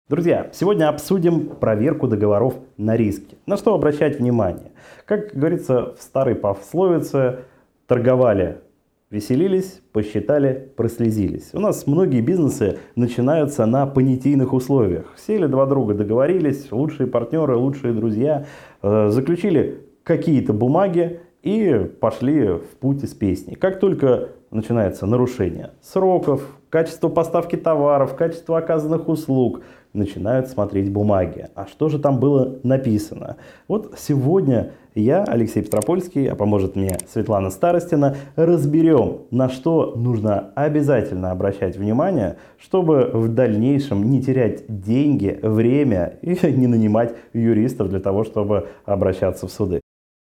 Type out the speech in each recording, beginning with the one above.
Друзья, сегодня обсудим проверку договоров на риски. На что обращать внимание? Как говорится в старой пословице, торговали, веселились, посчитали, прослезились. У нас многие бизнесы начинаются на понятийных условиях. Сели два друга, договорились, лучшие партнеры, лучшие друзья, заключили какие-то бумаги и пошли в путь из песни. Как только начинается нарушение сроков, качество поставки товаров, качество оказанных услуг, начинают смотреть бумаги. А что же там было написано? Вот сегодня я, Алексей Петропольский, а поможет мне Светлана Старостина, разберем, на что нужно обязательно обращать внимание, чтобы в дальнейшем не терять деньги, время и не нанимать юристов для того, чтобы обращаться в суды.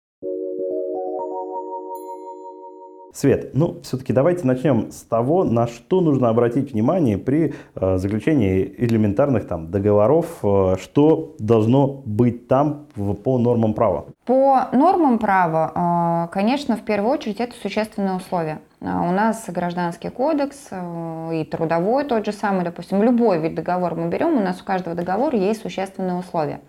Свет, все-таки давайте начнем с того, на что нужно обратить внимание при заключении элементарных договоров, что должно быть там по нормам права. По нормам права, конечно, в первую очередь это существенные условия. У нас Гражданский кодекс и трудовой тот же самый, допустим, любой вид договора мы берем, у нас у каждого договора есть существенные условия.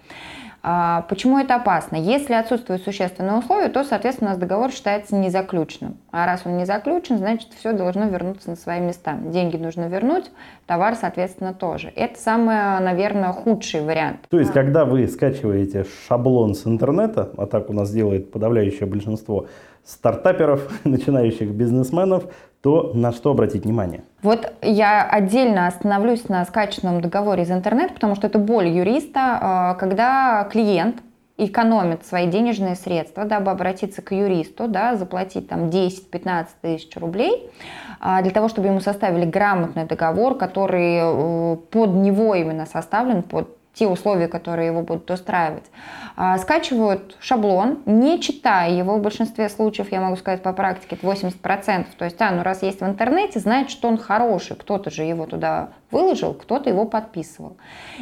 Почему это опасно? Если отсутствуют существенные условия, то, соответственно, у нас договор считается незаключенным. А раз он не заключен, значит, все должно вернуться на свои места. Деньги нужно вернуть, товар, соответственно, тоже. Это самый, наверное, худший вариант. То есть, когда вы скачиваете шаблон с интернета, а так у нас делает подавляющее большинство стартаперов, начинающих бизнесменов, то на что обратить внимание? Вот я отдельно остановлюсь на скачанном договоре из интернета, потому что это боль юриста, когда клиент экономит свои денежные средства, дабы обратиться к юристу, заплатить 10-15 тысяч рублей, для того, чтобы ему составили грамотный договор, который под него именно составлен, под те условия, которые его будут устраивать. Скачивают шаблон, не читая его в большинстве случаев, я могу сказать по практике, это 80%. То есть, раз есть в интернете, значит, что он хороший, кто-то же его туда выложил, кто-то его подписывал.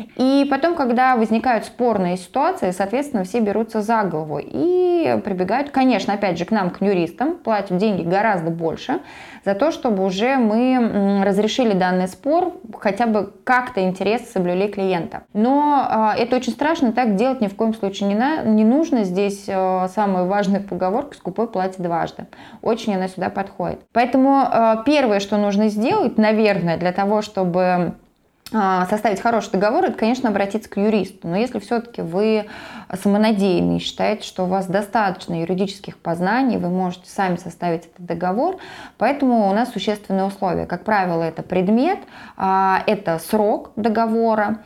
И потом, когда возникают спорные ситуации, соответственно, все берутся за голову и прибегают, конечно, опять же, к нам, к юристам, платят деньги гораздо больше за то, чтобы уже мы разрешили данный спор, хотя бы как-то интересы соблюли клиента. Но это очень страшно, так делать ни в коем случае не нужно. Здесь самая важная поговорка «скупой платит дважды». Очень она сюда подходит. Поэтому первое, что нужно сделать, наверное, для того, чтобы составить хороший договор, это, конечно, обратиться к юристу. Но если все-таки вы самонадеянны и считаете, что у вас достаточно юридических познаний, вы можете сами составить этот договор. Поэтому у нас существенные условия. Как правило, это предмет, это срок договора.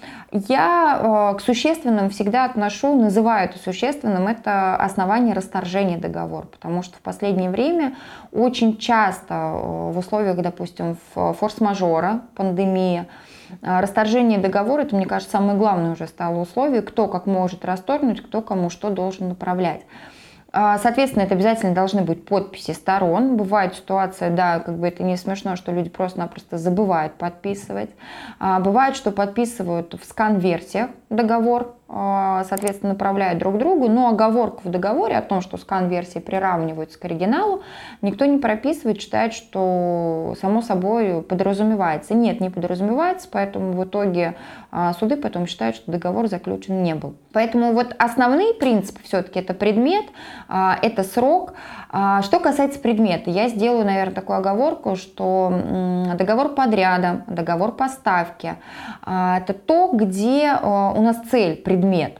Я к существенным всегда называю это существенным, это основание расторжения договора. Потому что в последнее время очень часто в условиях, допустим, форс-мажора, пандемии, расторжение договора, это, мне кажется, самое главное уже стало условие, кто как может расторгнуть, кто кому что должен направлять. Соответственно, это обязательно должны быть подписи сторон. Бывает ситуация, это не смешно, что люди просто-напросто забывают подписывать. Бывает, что подписывают в скан-версиях договор, соответственно, направляют друг другу, но оговорку в договоре о том, что скан-версии приравниваются к оригиналу, никто не прописывает, считает, что само собой подразумевается. Нет, не подразумевается, поэтому в итоге суды потом считают, что договор заключен не был. Поэтому основные принципы все-таки это предмет, это срок. Что касается предмета, я сделаю, наверное, такую оговорку, что договор подряда, договор поставки – это то, где у нас цель, предмет.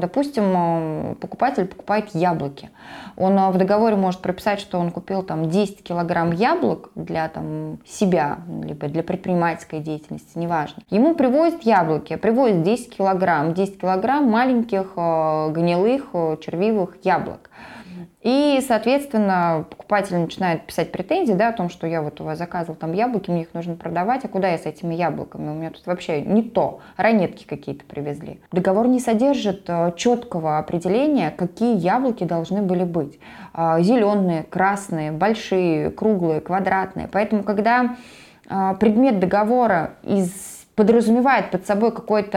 Допустим, покупатель покупает яблоки. Он в договоре может прописать, что он купил 10 килограмм яблок для себя, либо для предпринимательской деятельности, неважно. Ему привозят яблоки, привозят 10 килограмм маленьких гнилых червивых яблок. И, соответственно, покупатель начинает писать претензии, о том, что я у вас заказывал яблоки, мне их нужно продавать, а куда я с этими яблоками? У меня тут вообще не то, ранетки какие-то привезли. Договор не содержит четкого определения, какие яблоки должны были быть. Зеленые, красные, большие, круглые, квадратные. Поэтому, когда предмет договора подразумевает под собой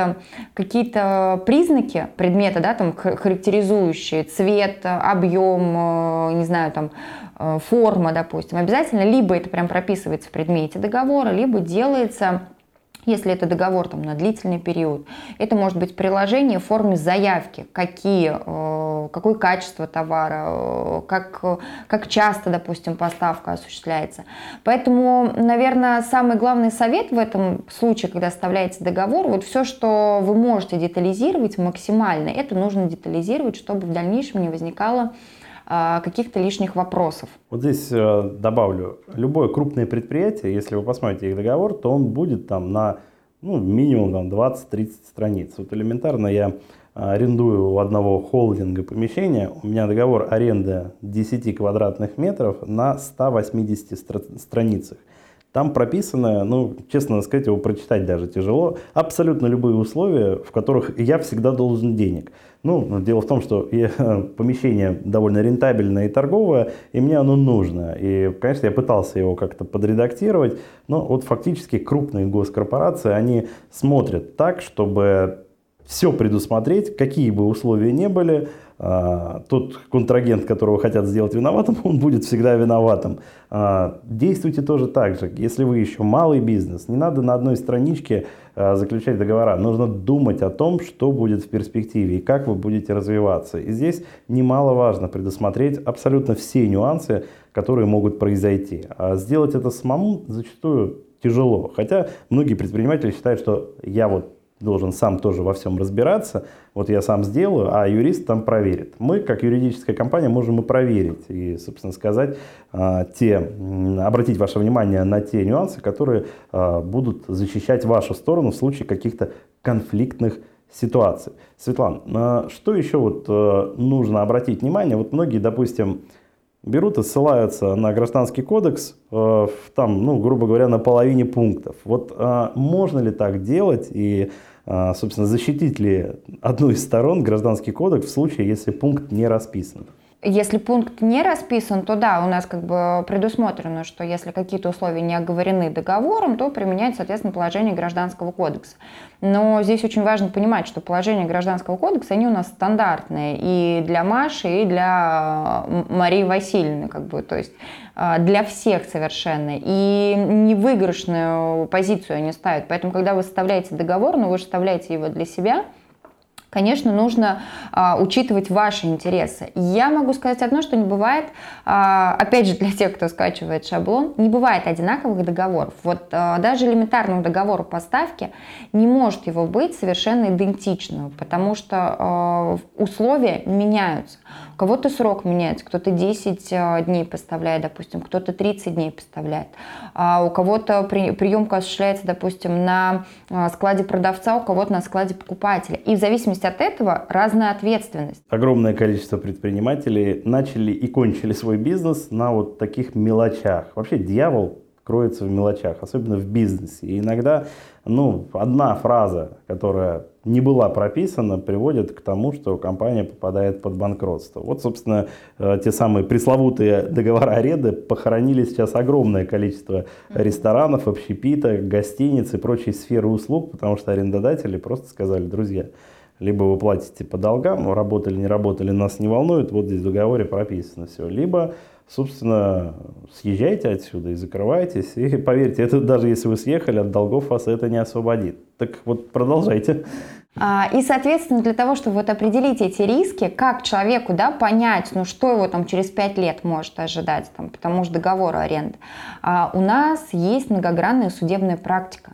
какие-то признаки предмета, характеризующие цвет, объем, форма, допустим, обязательно либо это прям прописывается в предмете договора, либо делается Если это договор там, на длительный период, это может быть приложение в форме заявки, какое качество товара, как часто, допустим, поставка осуществляется. Поэтому, наверное, самый главный совет в этом случае, когда составляете договор, вот все, что вы можете детализировать максимально, это нужно детализировать, чтобы в дальнейшем не возникало каких-то лишних вопросов. Вот здесь добавлю, любое крупное предприятие, если вы посмотрите их договор, то он будет там на минимум 20-30 страниц. Вот элементарно я арендую у одного холдинга помещение, у меня договор аренды 10 квадратных метров на 180 страницах. Там прописано, честно сказать, его прочитать даже тяжело, абсолютно любые условия, в которых я всегда должен денег. Дело в том, что помещение довольно рентабельное и торговое, и мне оно нужно. И, конечно, я пытался его как-то подредактировать, но вот фактически крупные госкорпорации, они смотрят так, чтобы все предусмотреть, какие бы условия ни были. Тот контрагент, которого хотят сделать виноватым, он будет всегда виноватым. Действуйте тоже так же. Если вы еще малый бизнес, не надо на одной страничке заключать договора. Нужно думать о том, что будет в перспективе и как вы будете развиваться. И здесь немаловажно предусмотреть абсолютно все нюансы, которые могут произойти. А сделать это самому зачастую тяжело. Хотя многие предприниматели считают, что я должен сам тоже во всем разбираться, я сам сделаю, а юрист там проверит. Мы, как юридическая компания, можем и проверить, и, собственно сказать, обратить ваше внимание на те нюансы, которые будут защищать вашу сторону в случае каких-то конфликтных ситуаций. Светлана, что еще нужно обратить внимание? Многие, допустим, берут и ссылаются на Гражданский кодекс, грубо говоря, на половине пунктов. Можно ли так делать и, собственно, защитить ли одну из сторон Гражданский кодекс в случае, если пункт не расписан? Если пункт не расписан, то да, у нас предусмотрено, что если какие-то условия не оговорены договором, то применяется, соответственно, положение Гражданского кодекса. Но здесь очень важно понимать, что положения Гражданского кодекса, они у нас стандартные и для Маши, и для Марии Васильевны, то есть для всех совершенно. И невыигрышную позицию они ставят. Поэтому, когда вы составляете договор, вы же составляете его для себя, конечно, нужно учитывать ваши интересы. Я могу сказать одно, что не бывает, опять же, для тех, кто скачивает шаблон, не бывает одинаковых договоров. Даже элементарного договора поставки не может его быть совершенно идентичным, потому что условия меняются. У кого-то срок меняется, кто-то 10 дней поставляет, допустим, кто-то 30 дней поставляет. У кого-то приемка осуществляется, допустим, на складе продавца, у кого-то на складе покупателя. И в зависимости от этого разная ответственность. Огромное количество предпринимателей начали и кончили свой бизнес на таких мелочах. Вообще дьявол кроется в мелочах, особенно в бизнесе. И иногда одна фраза, которая не была прописана, приводит к тому, что компания попадает под банкротство. Собственно, те самые пресловутые договора аренды похоронили сейчас огромное количество ресторанов, общепита, гостиниц и прочей сферы услуг, потому что арендодатели просто сказали: друзья, либо вы платите по долгам, работали, не работали, нас не волнует, здесь в договоре прописано все, либо, собственно, съезжайте отсюда и закрывайтесь, и поверьте, это даже если вы съехали от долгов, вас это не освободит. Так продолжайте. И, соответственно, для того, чтобы определить эти риски, как человеку понять, что его через 5 лет может ожидать по тому же договору аренды, у нас есть многогранная судебная практика.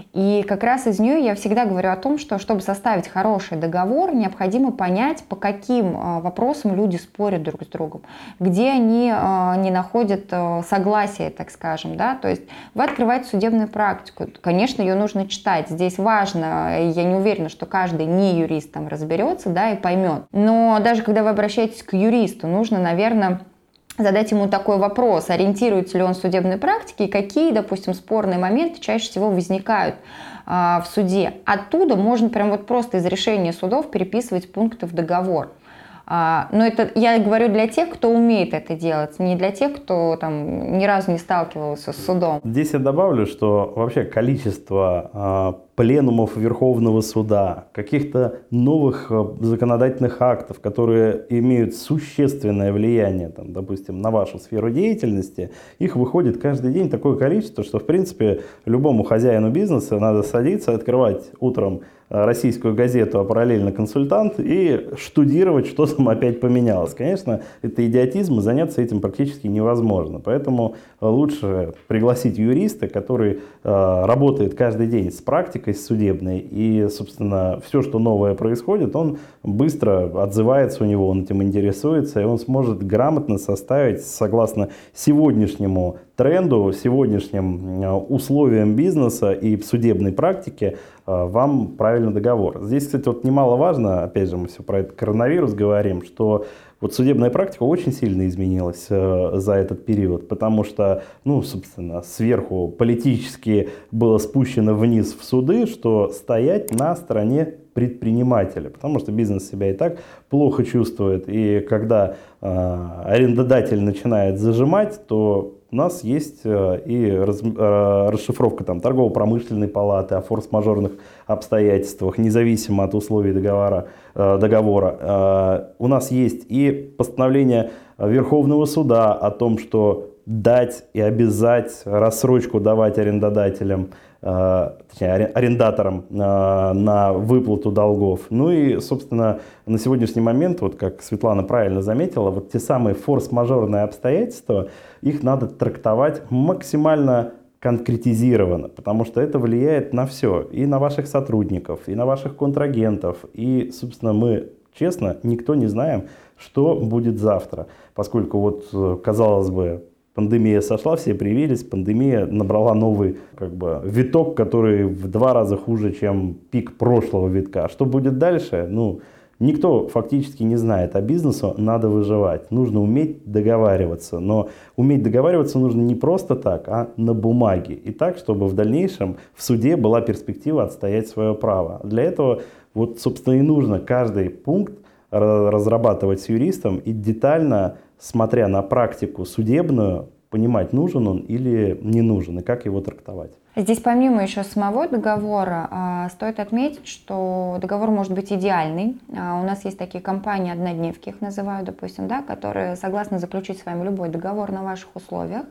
И как раз из нее я всегда говорю о том, что чтобы составить хороший договор, необходимо понять, по каким вопросам люди спорят друг с другом, где они не находят согласия, так скажем. То есть вы открываете судебную практику. Конечно, ее нужно читать. Здесь важно, я не уверена, что каждый не юрист разберется и поймет. Но даже когда вы обращаетесь к юристу, нужно, наверное, задать ему такой вопрос: ориентируется ли он в судебной практике и какие, допустим, спорные моменты чаще всего возникают в суде. Оттуда можно просто из решения судов переписывать пункты в договор. Но это я говорю для тех, кто умеет это делать, не для тех, кто ни разу не сталкивался с судом. Здесь я добавлю, что вообще количество пленумов Верховного суда, каких-то новых законодательных актов, которые имеют существенное влияние, там, допустим, на вашу сферу деятельности, их выходит каждый день такое количество, что, в принципе, любому хозяину бизнеса надо садиться, открывать утром российскую газету, а параллельно «Консультант» и штудировать, что там опять поменялось. Конечно, это идиотизм, и заняться этим практически невозможно. Поэтому лучше пригласить юриста, который работает каждый день с практикой, с судебной, и, собственно, все, что новое происходит, он быстро отзывается у него, он этим интересуется, и он сможет грамотно составить, согласно сегодняшнему тренду, сегодняшним условиям бизнеса и судебной практики, вам правильный договор. Здесь, кстати, вот немаловажно, опять же, мы все про этот коронавирус говорим, что вот судебная практика очень сильно изменилась за этот период, потому что, ну, собственно, сверху политически было спущено вниз в суды, что стоять на стороне предпринимателя, потому что бизнес себя и так плохо чувствует, и когда арендодатель начинает зажимать, то у нас есть и расшифровка там, торгово-промышленной палаты о форс-мажорных обстоятельствах, независимо от условий договора. У нас есть и постановление Верховного суда о том, что дать и обязать рассрочку давать арендодателям, точнее, арендаторам на выплату долгов. Ну и, собственно, на сегодняшний момент, вот как Светлана правильно заметила, вот те самые форс-мажорные обстоятельства, их надо трактовать максимально конкретизированно, потому что это влияет на все, и на ваших сотрудников, и на ваших контрагентов, и, собственно, мы, честно, никто не знаем, что будет завтра, поскольку вот, казалось бы, пандемия сошла, все привились, пандемия набрала новый виток, который в 2 раза хуже, чем пик прошлого витка. Что будет дальше? Ну, никто фактически не знает, а бизнесу надо выживать. Нужно уметь договариваться, но уметь договариваться нужно не просто так, а на бумаге. И так, чтобы в дальнейшем в суде была перспектива отстоять свое право. Для этого, вот, собственно, и нужно каждый пункт разрабатывать с юристом и детально, смотря на практику судебную, понимать, нужен он или не нужен, и как его трактовать. Здесь помимо еще самого договора, стоит отметить, что договор может быть идеальный. У нас есть такие компании, однодневки их называют, допустим, да, которые согласны заключить с вами любой договор на ваших условиях.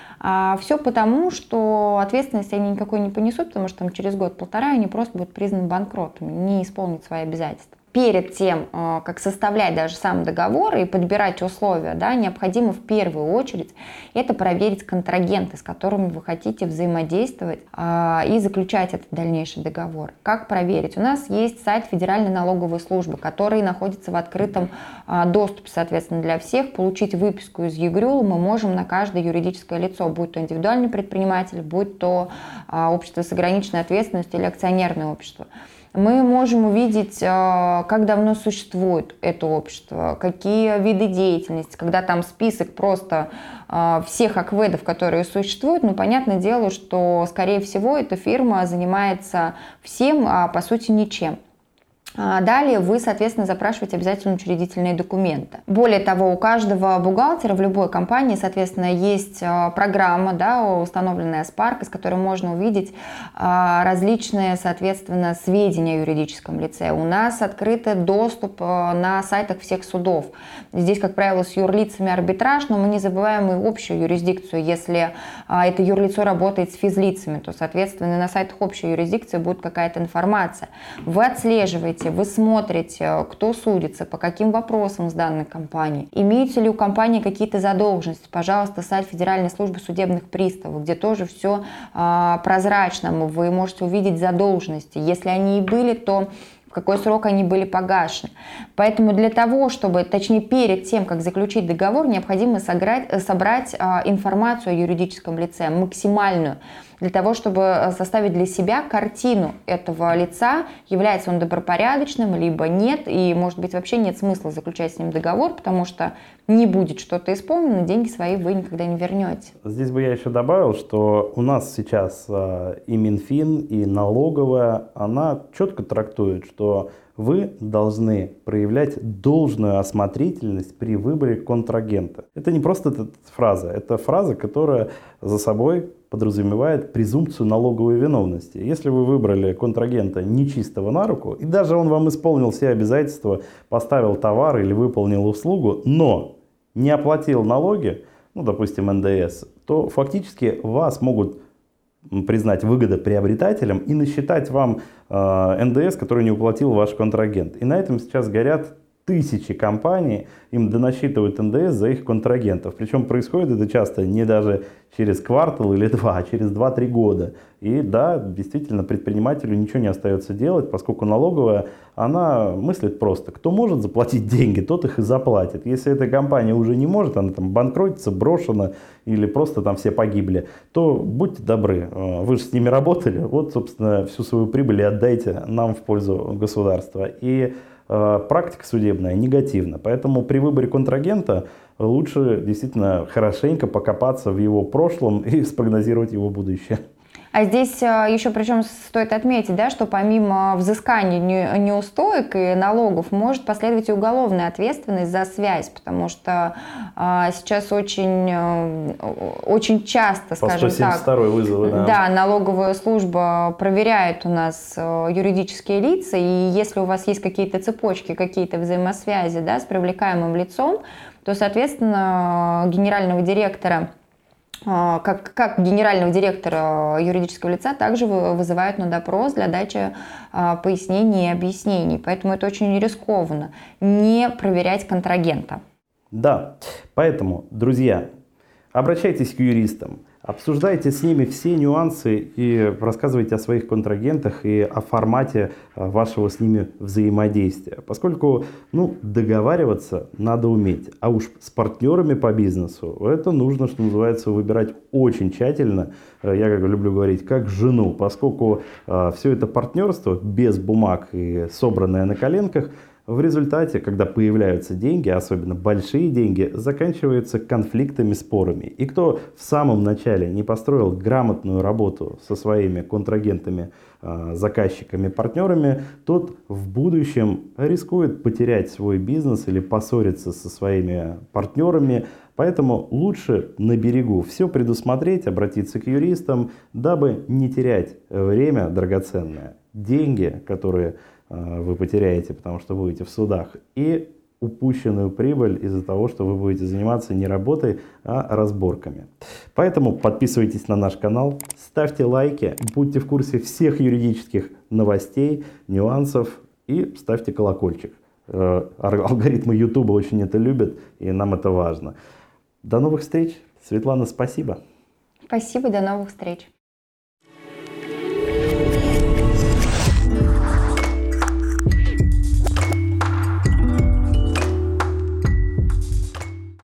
Все потому, что ответственности они никакой не понесут, потому что там, через год-полтора они просто будут признаны банкротами, не исполнят свои обязательства. Перед тем, как составлять даже сам договор и подбирать условия, да, необходимо в первую очередь это проверить контрагенты, с которыми вы хотите взаимодействовать и заключать этот дальнейший договор. Как проверить? У нас есть сайт Федеральной налоговой службы, который находится в открытом доступе, соответственно, для всех. Получить выписку из ЕГРЮЛ мы можем на каждое юридическое лицо, будь то индивидуальный предприниматель, будь то общество с ограниченной ответственностью или акционерное общество. Мы можем увидеть, как давно существует это общество, какие виды деятельности, когда там список просто всех акведов, которые существуют, ну, понятное дело, что, скорее всего, эта фирма занимается всем, а по сути ничем. Далее вы, соответственно, запрашиваете обязательно учредительные документы. Более того, у каждого бухгалтера в любой компании, соответственно, есть программа, да, установленная Spark, из которой можно увидеть различные, соответственно, сведения о юридическом лице. У нас открытый доступ на сайтах всех судов. Здесь, как правило, с юрлицами арбитраж, но мы не забываем и общую юрисдикцию. Если это юрлицо работает с физлицами, то, соответственно, на сайтах общей юрисдикции будет какая-то информация. Вы отслеживаете, вы смотрите, кто судится, по каким вопросам с данной компанией. Имеются ли у компании какие-то задолженности? Пожалуйста, сайт Федеральной службы судебных приставов, где тоже все прозрачно. Вы можете увидеть задолженности. Если они и были, то в какой срок они были погашены. Поэтому для того, чтобы, точнее перед тем, как заключить договор, необходимо собрать информацию о юридическом лице, максимальную, для того, чтобы составить для себя картину этого лица, является он добропорядочным, либо нет, и, может быть, вообще нет смысла заключать с ним договор, потому что не будет что-то исполнено, деньги свои вы никогда не вернете. Здесь бы я еще добавил, что у нас сейчас и Минфин, и налоговая, она четко трактует, что вы должны проявлять должную осмотрительность при выборе контрагента. Это не просто фраза, это фраза, которая за собой подразумевает презумпцию налоговой виновности. Если вы выбрали контрагента нечистого на руку, и даже он вам исполнил все обязательства, поставил товар или выполнил услугу, но не оплатил налоги, ну, допустим, НДС, то фактически вас могут признать выгодоприобретателем и насчитать вам НДС, который не уплатил ваш контрагент. И на этом сейчас горят тысячи компаний, им донасчитывают НДС за их контрагентов. Причем происходит это часто не даже через квартал или два, а через 2-3 года. И да, действительно, предпринимателю ничего не остается делать, поскольку налоговая, она мыслит просто. Кто может заплатить деньги, тот их и заплатит. Если эта компания уже не может, она там банкротится, брошена или просто там все погибли, то будьте добры, вы же с ними работали, вот, собственно, всю свою прибыль и отдайте нам в пользу государства. И практика судебная негативна. Поэтому при выборе контрагента лучше действительно хорошенько покопаться в его прошлом и спрогнозировать его будущее. А здесь еще причем стоит отметить, да, что помимо взыскания неустоек и налогов может последовать и уголовная ответственность за связь, потому что сейчас очень часто, скажем так, вызовы, да, налоговая служба проверяет у нас юридические лица, и если у вас есть какие-то цепочки, какие-то взаимосвязи, да, с привлекаемым лицом, то, соответственно, генерального директора, как генерального директора юридического лица, также вызывают на допрос для дачи пояснений и объяснений. Поэтому это очень рискованно не проверять контрагента. Да, поэтому, друзья, обращайтесь к юристам, обсуждайте с ними все нюансы и рассказывайте о своих контрагентах и о формате вашего с ними взаимодействия. Поскольку договариваться надо уметь, а уж с партнерами по бизнесу это нужно, что называется, выбирать очень тщательно. Я как люблю говорить, как жену, поскольку все это партнерство без бумаг и собранное на коленках, в результате, когда появляются деньги, особенно большие деньги, заканчиваются конфликтами, спорами. И кто в самом начале не построил грамотную работу со своими контрагентами, заказчиками, партнерами, тот в будущем рискует потерять свой бизнес или поссориться со своими партнерами. Поэтому лучше на берегу все предусмотреть, обратиться к юристам, дабы не терять время драгоценное, деньги, которые вы потеряете, потому что будете в судах, и упущенную прибыль из-за того, что вы будете заниматься не работой, а разборками. Поэтому подписывайтесь на наш канал, ставьте лайки, будьте в курсе всех юридических новостей, нюансов и ставьте колокольчик. Алгоритмы YouTube очень это любят, и нам это важно. До новых встреч. Светлана, спасибо. Спасибо, до новых встреч.